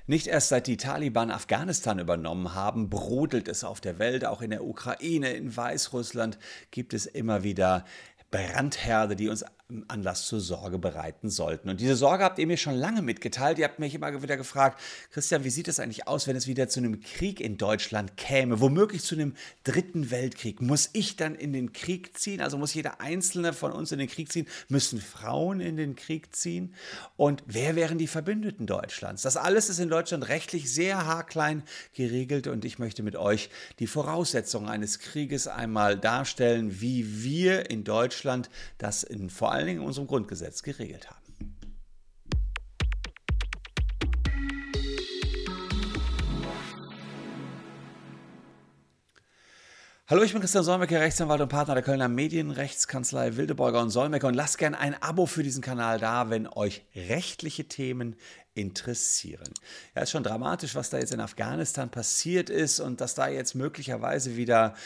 Nicht erst seit die Taliban Afghanistan übernommen haben, brodelt es auf der Welt, auch in der Ukraine, in Weißrussland gibt es immer wieder Brandherde, die uns Anlass zur Sorge bereiten sollten. Und diese Sorge habt ihr mir schon lange mitgeteilt. Ihr habt mich immer wieder gefragt, Christian, wie sieht es eigentlich aus, wenn es wieder zu einem Krieg in Deutschland käme, womöglich zu einem dritten Weltkrieg? Muss ich dann in den Krieg ziehen? Also muss jeder Einzelne von uns in den Krieg ziehen? Müssen Frauen in den Krieg ziehen? Und wer wären die Verbündeten Deutschlands? Das alles ist in Deutschland rechtlich sehr haarklein geregelt und ich möchte mit euch die Voraussetzungen eines Krieges einmal darstellen, wie wir in Deutschland das vor allen Dingen in unserem Grundgesetz geregelt haben. Hallo, ich bin Christian Solmecke, Rechtsanwalt und Partner der Kölner Medienrechtskanzlei Wildeborger und Solmecke und lasst gerne ein Abo für diesen Kanal da, wenn euch rechtliche Themen interessieren. Ja, ist schon dramatisch, was da jetzt in Afghanistan passiert ist und dass da jetzt möglicherweise wieder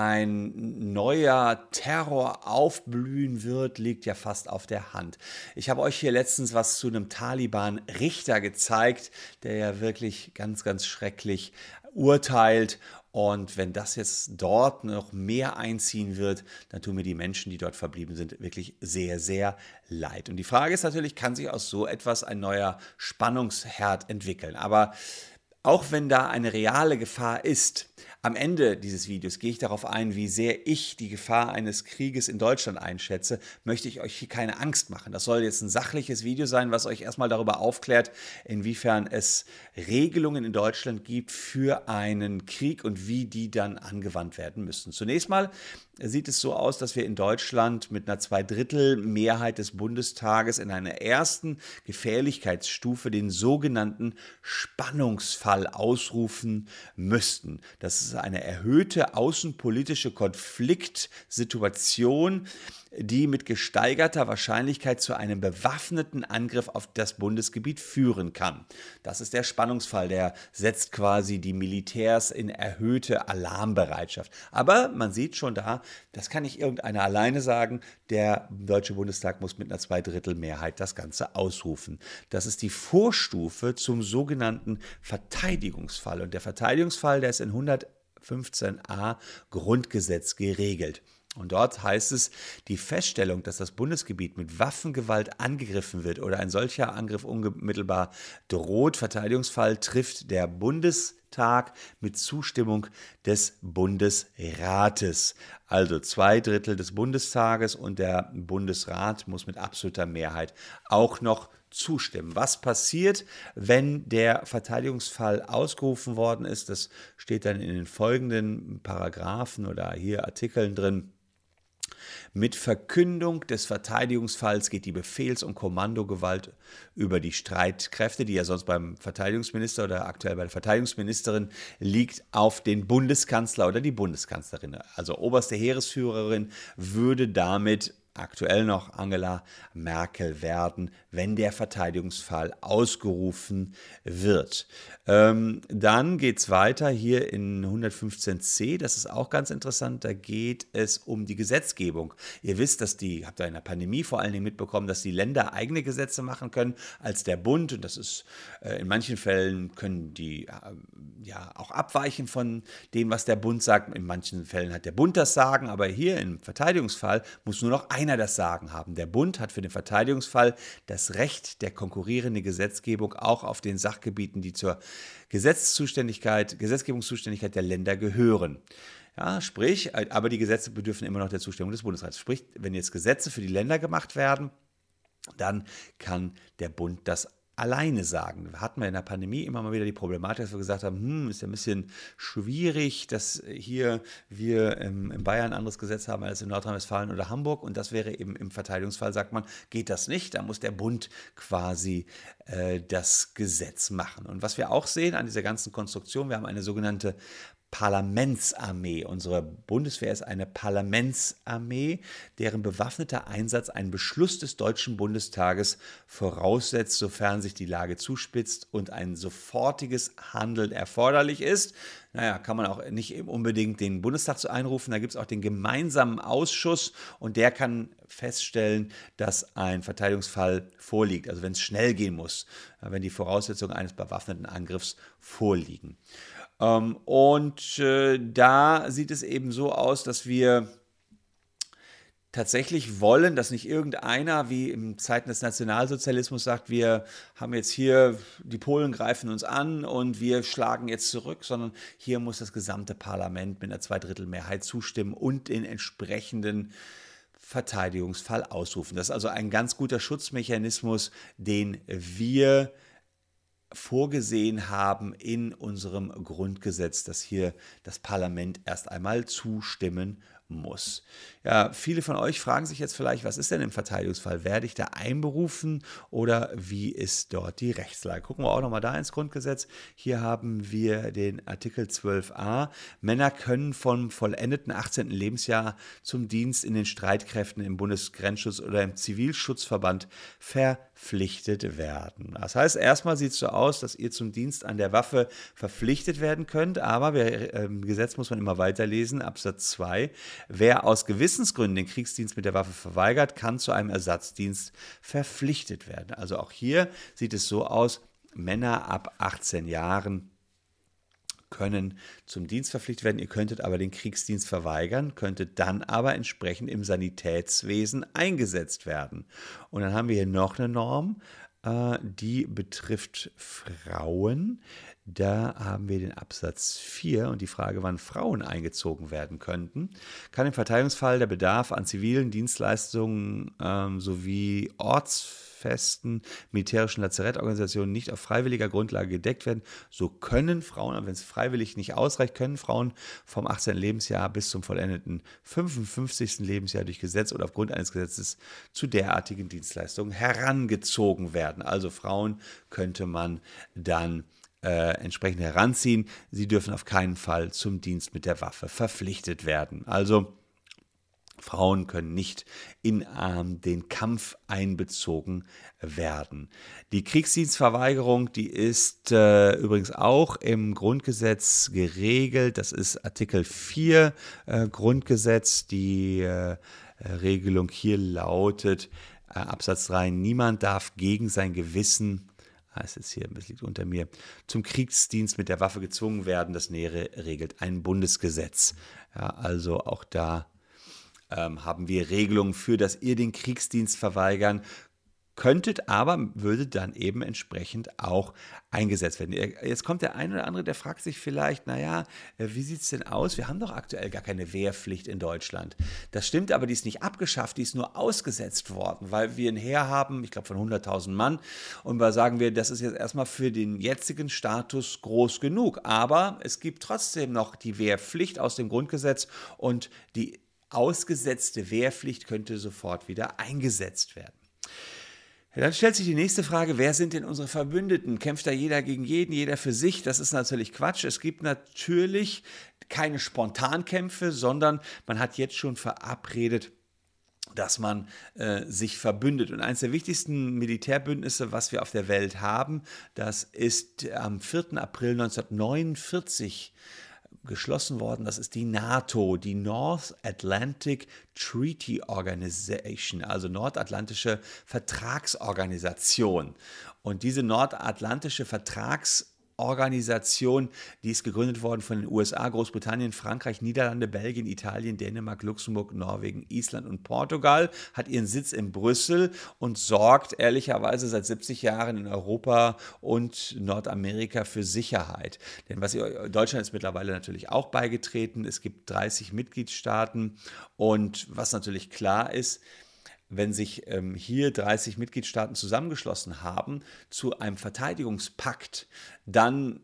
ein neuer Terror aufblühen wird, liegt ja fast auf der Hand. Ich habe euch hier letztens was zu einem Taliban-Richter gezeigt, der ja wirklich ganz, ganz schrecklich urteilt. Und wenn das jetzt dort noch mehr einziehen wird, dann tun mir die Menschen, die dort verblieben sind, wirklich sehr, sehr leid. Und die Frage ist natürlich, kann sich aus so etwas ein neuer Spannungsherd entwickeln? Aber auch wenn da eine reale Gefahr ist, am Ende dieses Videos gehe ich darauf ein, wie sehr ich die Gefahr eines Krieges in Deutschland einschätze, möchte ich euch hier keine Angst machen. Das soll jetzt ein sachliches Video sein, was euch erstmal darüber aufklärt, inwiefern es Regelungen in Deutschland gibt für einen Krieg und wie die dann angewandt werden müssen. Zunächst mal sieht es so aus, dass wir in Deutschland mit einer Zweidrittel-Mehrheit des Bundestages in einer ersten Gefährlichkeitsstufe den sogenannten Spannungsfall ausrufen müssten. Das ist eine erhöhte außenpolitische Konfliktsituation, die mit gesteigerter Wahrscheinlichkeit zu einem bewaffneten Angriff auf das Bundesgebiet führen kann. Das ist der Spannungsfall, der setzt quasi die Militärs in erhöhte Alarmbereitschaft. Aber man sieht schon da, das kann nicht irgendeiner alleine sagen, der Deutsche Bundestag muss mit einer Zweidrittelmehrheit das Ganze ausrufen. Das ist die Vorstufe zum sogenannten Verteidigungsfall. Und der Verteidigungsfall, der ist in 115a Grundgesetz geregelt. Und dort heißt es, die Feststellung, dass das Bundesgebiet mit Waffengewalt angegriffen wird oder ein solcher Angriff unmittelbar droht, Verteidigungsfall trifft der Bundestag mit Zustimmung des Bundesrates. Also 2/3 des Bundestages und der Bundesrat muss mit absoluter Mehrheit auch noch zustimmen. Was passiert, wenn der Verteidigungsfall ausgerufen worden ist? Das steht dann in den folgenden Paragraphen oder hier Artikeln drin. Mit Verkündung des Verteidigungsfalls geht die Befehls- und Kommandogewalt über die Streitkräfte, die ja sonst beim Verteidigungsminister oder aktuell bei der Verteidigungsministerin liegt, auf den Bundeskanzler oder die Bundeskanzlerin. Also oberste Heeresführerin würde damit aktuell noch Angela Merkel werden, wenn der Verteidigungsfall ausgerufen wird. Dann geht es weiter hier in 115c, das ist auch ganz interessant, da geht es um die Gesetzgebung. Ihr wisst, habt ihr in der Pandemie vor allen Dingen mitbekommen, dass die Länder eigene Gesetze machen können als der Bund und das ist in manchen Fällen können die ja auch abweichen von dem, was der Bund sagt. In manchen Fällen hat der Bund das Sagen, aber hier im Verteidigungsfall muss nur noch einer das Sagen haben. Der Bund hat für den Verteidigungsfall das Recht der konkurrierenden Gesetzgebung auch auf den Sachgebieten, die zur Gesetzgebungszuständigkeit der Länder gehören. Ja, sprich, aber die Gesetze bedürfen immer noch der Zustimmung des Bundesrats. Sprich, wenn jetzt Gesetze für die Länder gemacht werden, dann kann der Bund das alleine sagen. Hatten wir in der Pandemie immer mal wieder die Problematik, dass wir gesagt haben, ist ja ein bisschen schwierig, dass hier wir in Bayern ein anderes Gesetz haben als in Nordrhein-Westfalen oder Hamburg und das wäre eben im Verteidigungsfall, sagt man, geht das nicht, da muss der Bund quasi das Gesetz machen. Und was wir auch sehen an dieser ganzen Konstruktion, wir haben eine sogenannte Parlamentsarmee. Unsere Bundeswehr ist eine Parlamentsarmee, deren bewaffneter Einsatz einen Beschluss des Deutschen Bundestages voraussetzt, sofern sich die Lage zuspitzt und ein sofortiges Handeln erforderlich ist. Naja, kann man auch nicht unbedingt den Bundestag zu einrufen, da gibt es auch den gemeinsamen Ausschuss und der kann feststellen, dass ein Verteidigungsfall vorliegt, also wenn es schnell gehen muss, wenn die Voraussetzungen eines bewaffneten Angriffs vorliegen. Da sieht es eben so aus, dass wir tatsächlich wollen, dass nicht irgendeiner, wie in Zeiten des Nationalsozialismus, sagt, wir haben jetzt hier, die Polen greifen uns an und wir schlagen jetzt zurück, sondern hier muss das gesamte Parlament mit einer Zweidrittelmehrheit zustimmen und den entsprechenden Verteidigungsfall ausrufen. Das ist also ein ganz guter Schutzmechanismus, den wir vorgesehen haben in unserem Grundgesetz, dass hier das Parlament erst einmal zustimmen muss. Ja, viele von euch fragen sich jetzt vielleicht, was ist denn im Verteidigungsfall? Werde ich da einberufen oder wie ist dort die Rechtslage? Gucken wir auch nochmal da ins Grundgesetz. Hier haben wir den Artikel 12a. Männer können vom vollendeten 18. Lebensjahr zum Dienst in den Streitkräften im Bundesgrenzschutz oder im Zivilschutzverband verpflichtet werden. Das heißt, erstmal sieht es so aus, dass ihr zum Dienst an der Waffe verpflichtet werden könnt, aber im Gesetz muss man immer weiterlesen, Absatz 2, wer aus Gewissensgründen den Kriegsdienst mit der Waffe verweigert, kann zu einem Ersatzdienst verpflichtet werden. Also auch hier sieht es so aus, Männer ab 18 Jahren können zum Dienst verpflichtet werden. Ihr könntet aber den Kriegsdienst verweigern, könntet dann aber entsprechend im Sanitätswesen eingesetzt werden. Und dann haben wir hier noch eine Norm, die betrifft Frauen. Da haben wir den Absatz 4 und die Frage, wann Frauen eingezogen werden könnten. Kann im Verteidigungsfall der Bedarf an zivilen Dienstleistungen sowie ortsfesten militärischen Lazarettorganisationen nicht auf freiwilliger Grundlage gedeckt werden, so können Frauen, aber wenn es freiwillig nicht ausreicht, können Frauen vom 18. Lebensjahr bis zum vollendeten 55. Lebensjahr durch Gesetz oder aufgrund eines Gesetzes zu derartigen Dienstleistungen herangezogen werden. Also Frauen könnte man dann entsprechend heranziehen. Sie dürfen auf keinen Fall zum Dienst mit der Waffe verpflichtet werden. Also Frauen können nicht in den Kampf einbezogen werden. Die Kriegsdienstverweigerung, die ist übrigens auch im Grundgesetz geregelt. Das ist Artikel 4 Grundgesetz. Die Regelung hier lautet, Absatz 3, niemand darf gegen sein Gewissen, es ist hier, es liegt unter mir, zum Kriegsdienst mit der Waffe gezwungen werden. Das Nähere regelt ein Bundesgesetz. Ja, also auch da haben wir Regelungen für, dass ihr den Kriegsdienst verweigern könntet, aber würde dann eben entsprechend auch eingesetzt werden. Jetzt kommt der eine oder andere, der fragt sich vielleicht, naja, wie sieht es denn aus? Wir haben doch aktuell gar keine Wehrpflicht in Deutschland. Das stimmt, aber die ist nicht abgeschafft, die ist nur ausgesetzt worden, weil wir ein Heer haben, ich glaube von 100.000 Mann, und da sagen wir, das ist jetzt erstmal für den jetzigen Status groß genug, aber es gibt trotzdem noch die Wehrpflicht aus dem Grundgesetz und die ausgesetzte Wehrpflicht könnte sofort wieder eingesetzt werden. Ja, dann stellt sich die nächste Frage, wer sind denn unsere Verbündeten? Kämpft da jeder gegen jeden, jeder für sich? Das ist natürlich Quatsch. Es gibt natürlich keine Spontankämpfe, sondern man hat jetzt schon verabredet, dass man sich verbündet. Und eines der wichtigsten Militärbündnisse, was wir auf der Welt haben, das ist am 4. April 1949 geschlossen worden. Das ist die NATO, die North Atlantic Treaty Organization, also Nordatlantische Vertragsorganisation. Und diese Nordatlantische Vertragsorganisation, die ist gegründet worden von den USA, Großbritannien, Frankreich, Niederlande, Belgien, Italien, Dänemark, Luxemburg, Norwegen, Island und Portugal, hat ihren Sitz in Brüssel und sorgt ehrlicherweise seit 70 Jahren in Europa und Nordamerika für Sicherheit. Denn Deutschland ist mittlerweile natürlich auch beigetreten. Es gibt 30 Mitgliedstaaten und was natürlich klar ist, wenn sich hier 30 Mitgliedstaaten zusammengeschlossen haben zu einem Verteidigungspakt, dann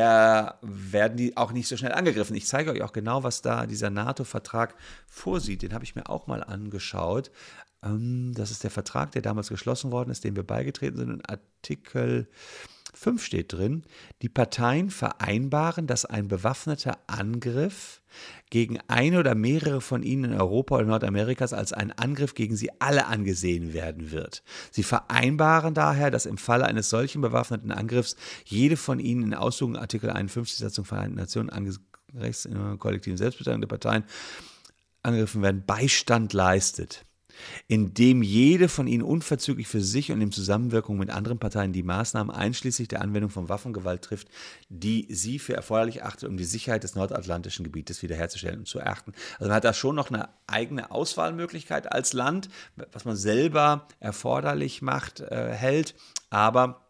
werden die auch nicht so schnell angegriffen. Ich zeige euch auch genau, was da dieser NATO-Vertrag vorsieht. Den habe ich mir auch mal angeschaut. Das ist der Vertrag, der damals geschlossen worden ist, dem wir beigetreten sind. In Artikel 5 steht drin, die Parteien vereinbaren, dass ein bewaffneter Angriff gegen eine oder mehrere von ihnen in Europa oder Nordamerikas als ein Angriff gegen sie alle angesehen werden wird. Sie vereinbaren daher, dass im Falle eines solchen bewaffneten Angriffs jede von ihnen in Ausübung Artikel 51 Satzung Vereinten Nationen Rechts in kollektiven Selbstbeteiligung der Parteien angegriffen werden, Beistand leistet. indem jede von ihnen unverzüglich für sich und in Zusammenwirkung mit anderen Parteien die Maßnahmen einschließlich der Anwendung von Waffengewalt trifft, die sie für erforderlich achtet, um die Sicherheit des nordatlantischen Gebietes wiederherzustellen und zu erhalten. Also man hat da schon noch eine eigene Auswahlmöglichkeit als Land, was man selber erforderlich macht, hält, aber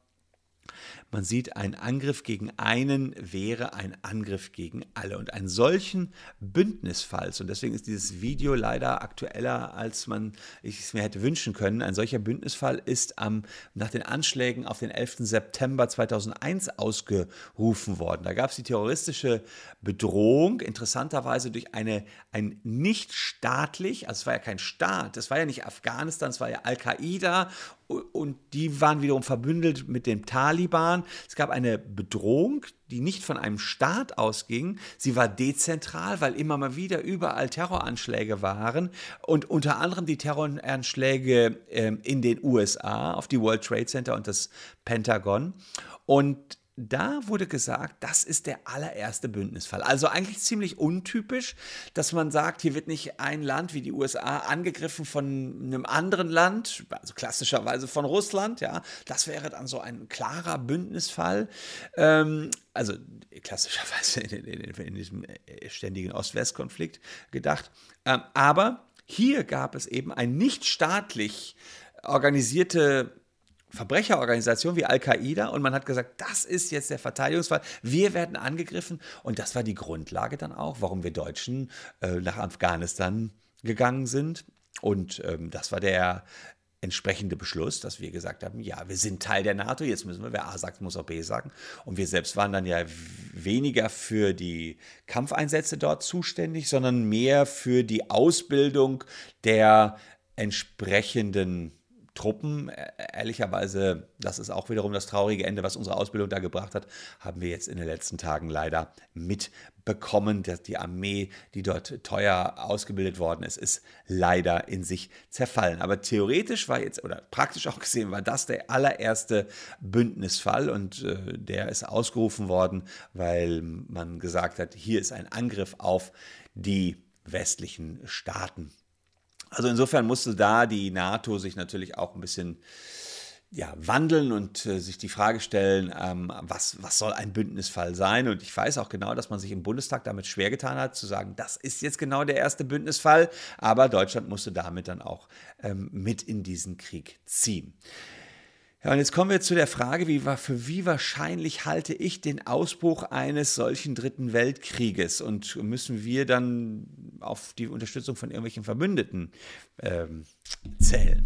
man sieht, ein Angriff gegen einen wäre ein Angriff gegen alle. Und einen solchen Bündnisfall, und deswegen ist dieses Video leider aktueller, als ich es mir hätte wünschen können, ein solcher Bündnisfall ist nach den Anschlägen auf den 11. September 2001 ausgerufen worden. Da gab es die terroristische Bedrohung, interessanterweise durch ein nicht staatlich, also es war ja kein Staat, es war ja nicht Afghanistan, es war ja Al-Qaida, und die waren wiederum verbündelt mit den Taliban. Es gab eine Bedrohung, die nicht von einem Staat ausging. Sie war dezentral, weil immer mal wieder überall Terroranschläge waren. Und unter anderem die Terroranschläge in den USA auf die World Trade Center und das Pentagon. Und da wurde gesagt, das ist der allererste Bündnisfall. Also eigentlich ziemlich untypisch, dass man sagt, hier wird nicht ein Land wie die USA angegriffen von einem anderen Land, also klassischerweise von Russland. Ja, das wäre dann so ein klarer Bündnisfall. Also klassischerweise in diesem ständigen Ost-West-Konflikt gedacht. Aber hier gab es eben ein nicht staatlich organisierte Verbrecherorganisation wie Al-Qaida und man hat gesagt, das ist jetzt der Verteidigungsfall, wir werden angegriffen und das war die Grundlage dann auch, warum wir Deutschen nach Afghanistan gegangen sind und das war der entsprechende Beschluss, dass wir gesagt haben, ja, wir sind Teil der NATO, jetzt müssen wir, wer A sagt, muss auch B sagen und wir selbst waren dann ja weniger für die Kampfeinsätze dort zuständig, sondern mehr für die Ausbildung der entsprechenden Truppen. Ehrlicherweise, das ist auch wiederum das traurige Ende, was unsere Ausbildung da gebracht hat, haben wir jetzt in den letzten Tagen leider mitbekommen, dass die Armee, die dort teuer ausgebildet worden ist leider in sich zerfallen. Aber theoretisch war jetzt, oder praktisch auch gesehen, war das der allererste Bündnisfall und der ist ausgerufen worden, weil man gesagt hat, hier ist ein Angriff auf die westlichen Staaten. Also insofern musste da die NATO sich natürlich auch ein bisschen wandeln und sich die Frage stellen, was soll ein Bündnisfall sein? Und ich weiß auch genau, dass man sich im Bundestag damit schwer getan hat, zu sagen, das ist jetzt genau der erste Bündnisfall. Aber Deutschland musste damit dann auch mit in diesen Krieg ziehen. Ja, und jetzt kommen wir zu der Frage, für wie wahrscheinlich halte ich den Ausbruch eines solchen Dritten Weltkrieges und müssen wir dann auf die Unterstützung von irgendwelchen Verbündeten zählen?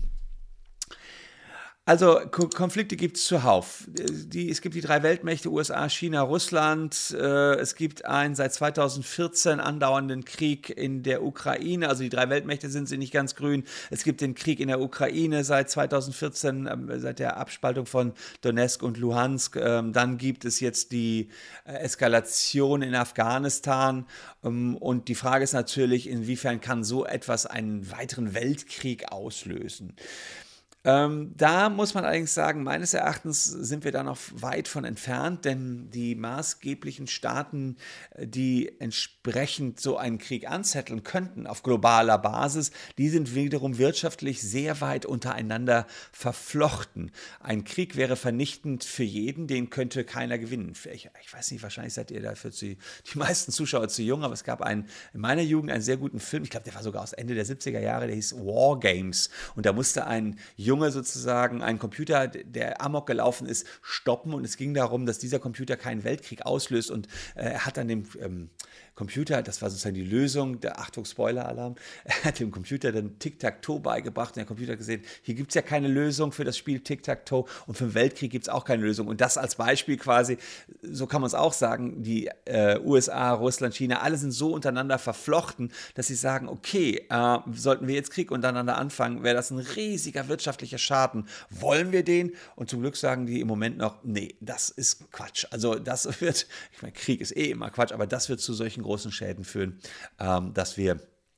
Also Konflikte gibt es zuhauf. Es gibt die drei Weltmächte USA, China, Russland. Es gibt einen seit 2014 andauernden Krieg in der Ukraine. Also die drei Weltmächte sind nicht ganz grün. Es gibt den Krieg in der Ukraine seit 2014, seit der Abspaltung von Donetsk und Luhansk. Dann gibt es jetzt die Eskalation in Afghanistan. Und die Frage ist natürlich, inwiefern kann so etwas einen weiteren Weltkrieg auslösen? Da muss man allerdings sagen, meines Erachtens sind wir da noch weit von entfernt, denn die maßgeblichen Staaten, die entsprechend so einen Krieg anzetteln könnten auf globaler Basis, die sind wiederum wirtschaftlich sehr weit untereinander verflochten. Ein Krieg wäre vernichtend für jeden, den könnte keiner gewinnen. Ich weiß nicht, wahrscheinlich seid ihr dafür die meisten Zuschauer zu jung, aber es gab in meiner Jugend einen sehr guten Film, ich glaube, der war sogar aus Ende der 70er Jahre, der hieß War Games und da musste ein Junge sozusagen einen Computer, der amok gelaufen ist, stoppen und es ging darum, dass dieser Computer keinen Weltkrieg auslöst und er hat dann dem Computer, das war sozusagen die Lösung, Achtung, Spoiler-Alarm, er hat dem Computer dann Tic-Tac-Toe beigebracht und der Computer hat gesehen, hier gibt es ja keine Lösung für das Spiel Tic-Tac-Toe und für den Weltkrieg gibt es auch keine Lösung und das als Beispiel quasi, so kann man es auch sagen, die USA, Russland, China, alle sind so untereinander verflochten, dass sie sagen, okay, sollten wir jetzt Krieg untereinander anfangen, wäre das ein riesiger wirtschaftlicher Schaden. Wollen wir den? Und zum Glück sagen die im Moment noch, nee, das ist Quatsch. Also das wird, ich meine, Krieg ist immer Quatsch, aber das wird zu solchen großen Schäden führen, dass wir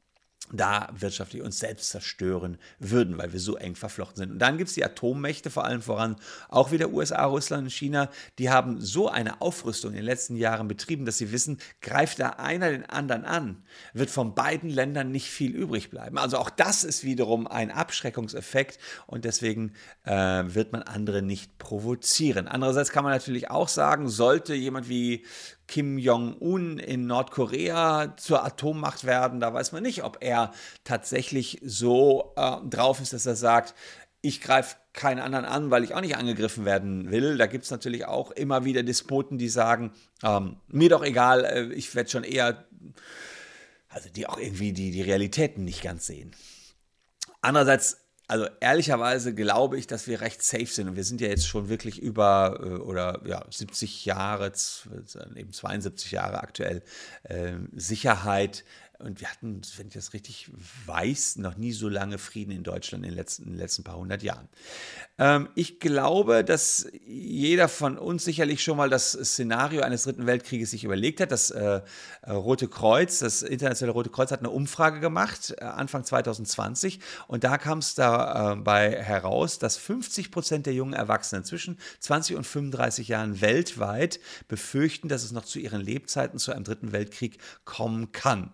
da wirtschaftlich uns selbst zerstören würden, weil wir so eng verflochten sind. Und dann gibt es die Atommächte, vor allem voran auch wieder USA, Russland und China, die haben so eine Aufrüstung in den letzten Jahren betrieben, dass sie wissen, greift da einer den anderen an, wird von beiden Ländern nicht viel übrig bleiben. Also auch das ist wiederum ein Abschreckungseffekt und deswegen wird man andere nicht provozieren. Andererseits kann man natürlich auch sagen, sollte jemand wie Kim Jong-un in Nordkorea zur Atommacht werden, da weiß man nicht, ob er tatsächlich so drauf ist, dass er sagt, ich greife keinen anderen an, weil ich auch nicht angegriffen werden will. Da gibt es natürlich auch immer wieder Despoten, die sagen, mir doch egal, ich werde schon eher, also die auch irgendwie die Realitäten nicht ganz sehen. Andererseits, also ehrlicherweise glaube ich, dass wir recht safe sind und wir sind ja jetzt schon wirklich über 70 Jahre, eben 72 Jahre aktuell Sicherheit. Und wir hatten, wenn ich das richtig weiß, noch nie so lange Frieden in Deutschland in den letzten paar hundert Jahren. Ich glaube, dass jeder von uns sicherlich schon mal das Szenario eines Dritten Weltkrieges sich überlegt hat. Das Rote Kreuz, das Internationale Rote Kreuz hat eine Umfrage gemacht, Anfang 2020. Und da kam es dabei heraus, dass 50% der jungen Erwachsenen zwischen 20 und 35 Jahren weltweit befürchten, dass es noch zu ihren Lebzeiten zu einem Dritten Weltkrieg kommen kann.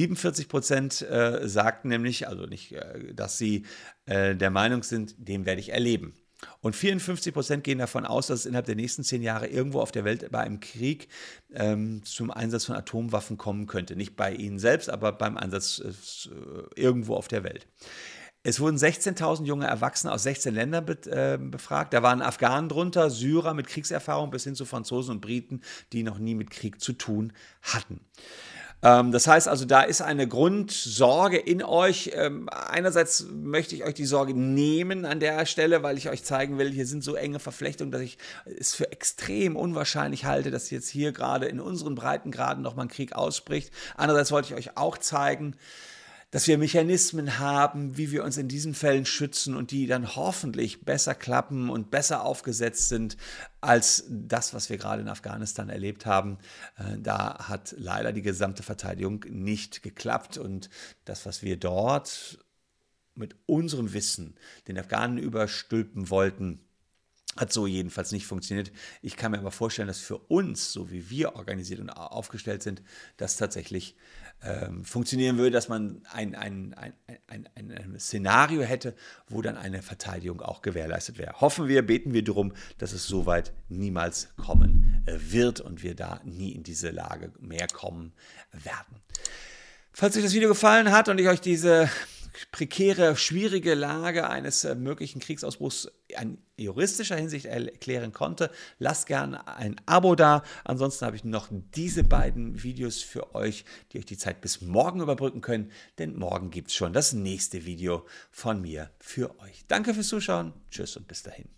47% sagten nämlich, also nicht, dass sie der Meinung sind, den werde ich erleben. Und 54% gehen davon aus, dass es innerhalb der nächsten 10 Jahre irgendwo auf der Welt bei einem Krieg zum Einsatz von Atomwaffen kommen könnte. Nicht bei ihnen selbst, aber beim Einsatz irgendwo auf der Welt. Es wurden 16.000 junge Erwachsene aus 16 Ländern befragt. Da waren Afghanen drunter, Syrer mit Kriegserfahrung bis hin zu Franzosen und Briten, die noch nie mit Krieg zu tun hatten. Das heißt also, da ist eine Grundsorge in euch. Einerseits möchte ich euch die Sorge nehmen an der Stelle, weil ich euch zeigen will, hier sind so enge Verflechtungen, dass ich es für extrem unwahrscheinlich halte, dass jetzt hier gerade in unseren Breitengraden nochmal ein Krieg ausbricht. Andererseits wollte ich euch auch zeigen, dass wir Mechanismen haben, wie wir uns in diesen Fällen schützen und die dann hoffentlich besser klappen und besser aufgesetzt sind als das, was wir gerade in Afghanistan erlebt haben. Da hat leider die gesamte Verteidigung nicht geklappt und das, was wir dort mit unserem Wissen den Afghanen überstülpen wollten, hat so jedenfalls nicht funktioniert. Ich kann mir aber vorstellen, dass für uns, so wie wir organisiert und aufgestellt sind, das tatsächlich funktionieren würde, dass man ein Szenario hätte, wo dann eine Verteidigung auch gewährleistet wäre. Hoffen wir, beten wir darum, dass es soweit niemals kommen wird und wir da nie in diese Lage mehr kommen werden. Falls euch das Video gefallen hat und ich euch diese prekäre, schwierige Lage eines möglichen Kriegsausbruchs in juristischer Hinsicht erklären konnte, lasst gerne ein Abo da. Ansonsten habe ich noch diese beiden Videos für euch, die euch die Zeit bis morgen überbrücken können, denn morgen gibt es schon das nächste Video von mir für euch. Danke fürs Zuschauen, tschüss und bis dahin.